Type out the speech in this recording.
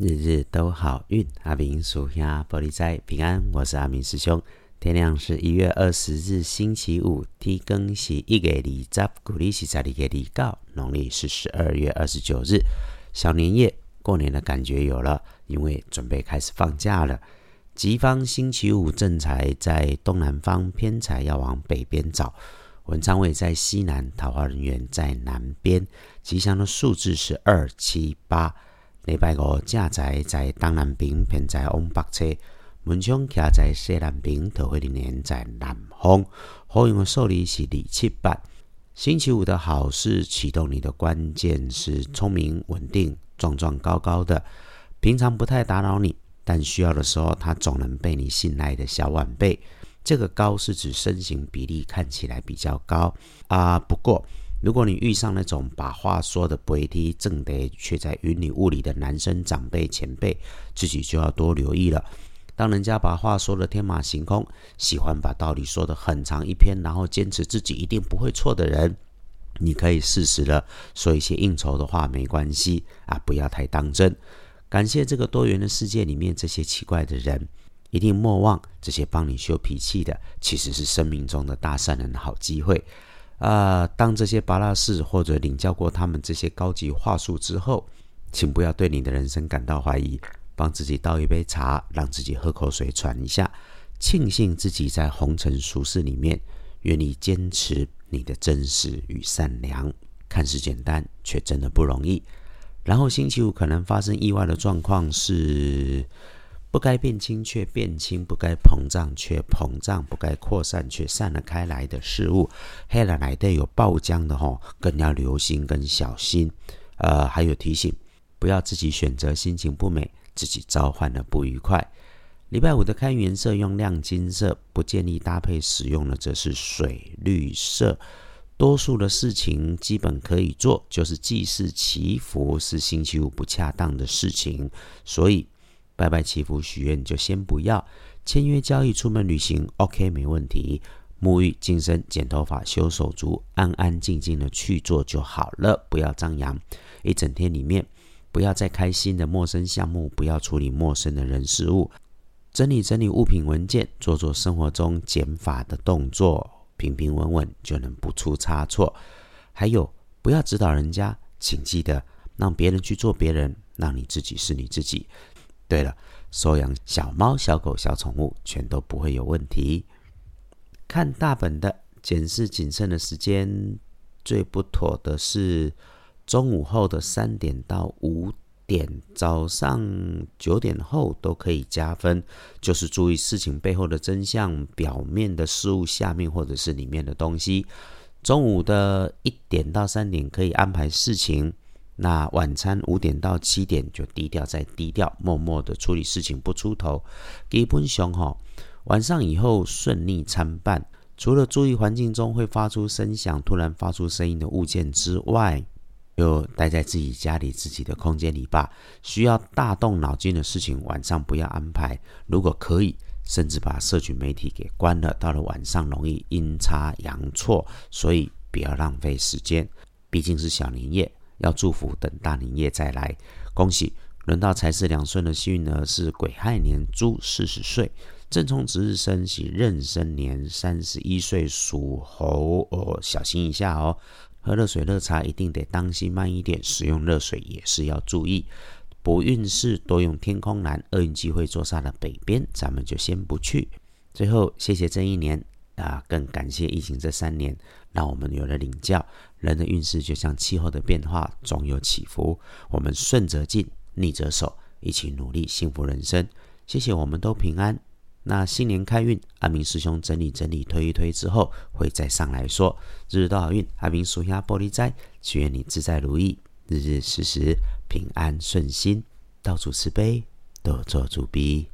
日日都好运，阿明属下玻璃斋平安，我是阿明师兄。天亮是1月20日星期五，天更是1月20，古历是12月29，农历是12月29日，小年夜，过年的感觉有了，因为准备开始放假了。吉方星期五正财在东南方，偏财要往北边找。文昌位在西南，桃花人缘在南边。吉祥的数字是2、7、8。礼拜五正财在东南边，偏财往北侧。门窗徛在西南边，桃花人缘在南方。好用的数字是2、7、8。星期五的好事启动你的关键是聪明、稳定、壮壮高高的。平常不太打扰你，但需要的时候，他总能被你信赖的小晚辈。这个高是指身形比例看起来比较高不过如果你遇上那种把话说的不踢正得却在云里雾里的男生长辈前辈，自己就要多留意了。当人家把话说的天马行空，喜欢把道理说的很长一篇，然后坚持自己一定不会错的人，你可以适时的说一些应酬的话，没关系不要太当真。感谢这个多元的世界里面这些奇怪的人，一定莫忘这些帮你修脾气的，其实是生命中的大善人的好机会。当这些拔蜡士或者领教过他们这些高级话术之后，请不要对你的人生感到怀疑，帮自己倒一杯茶，让自己喝口水喘一下，庆幸自己在红尘俗世里面愿意坚持你的真实与善良。看似简单，却真的不容易。然后星期五可能发生意外的状况是，不该变轻却变轻，不该膨胀却膨胀，不该扩散却散了开来的事物，黑了来的有爆浆的更要留心跟小心。还有提醒，不要自己选择心情不美，自己召唤了不愉快。礼拜五的开运颜色用亮金色，不建议搭配使用的则是水绿色。多数的事情基本可以做，就是祭祀祈福是星期五不恰当的事情，所以拜拜祈福许愿就先不要。签约交易出门旅行 OK 没问题。沐浴净身剪头发修手足，安安静静的去做就好了，不要张扬。一整天里面不要再开新的陌生项目，不要处理陌生的人事物，整理整理物品文件，做做生活中减法的动作，平平稳稳就能不出差错。还有不要指导人家，请记得让别人去做别人，让你自己是你自己。对了，收养小猫小狗小宠物全都不会有问题。看大本的检视谨慎的时间，最不妥的是中午后的3点到5点，早上9点后都可以加分，就是注意事情背后的真相，表面的事物下面或者是里面的东西。中午的1点到3点可以安排事情，那晚餐5点到7点就低调再低调，默默的处理事情不出头。基本上晚上以后顺利参半，除了注意环境中会发出声响、突然发出声音的物件之外，就待在自己家里自己的空间里吧。需要大动脑筋的事情晚上不要安排，如果可以甚至把社群媒体给关了，到了晚上容易阴差阳错，所以不要浪费时间。毕竟是小年夜，要祝福等大年夜再来。恭喜轮到财势两顺的幸运儿是癸亥年猪40岁，正冲值日生是壬申年31岁属猴，小心一下哦。喝热水热茶一定得当心慢一点，使用热水也是要注意。补运势多用天空蓝，厄运机会坐煞的北边，咱们就先不去。最后谢谢这一年更感谢疫情这3年，让我们有了领教，人的运势就像气候的变化，总有起伏，我们顺则进，逆则守，一起努力幸福人生。谢谢，我们都平安。那新年开运，阿明师兄整理整理推一推之后会再上来说。日日都好运，阿明属下玻璃斋，祈愿你自在如意，日日时时平安顺心，到处慈悲，多做主逼。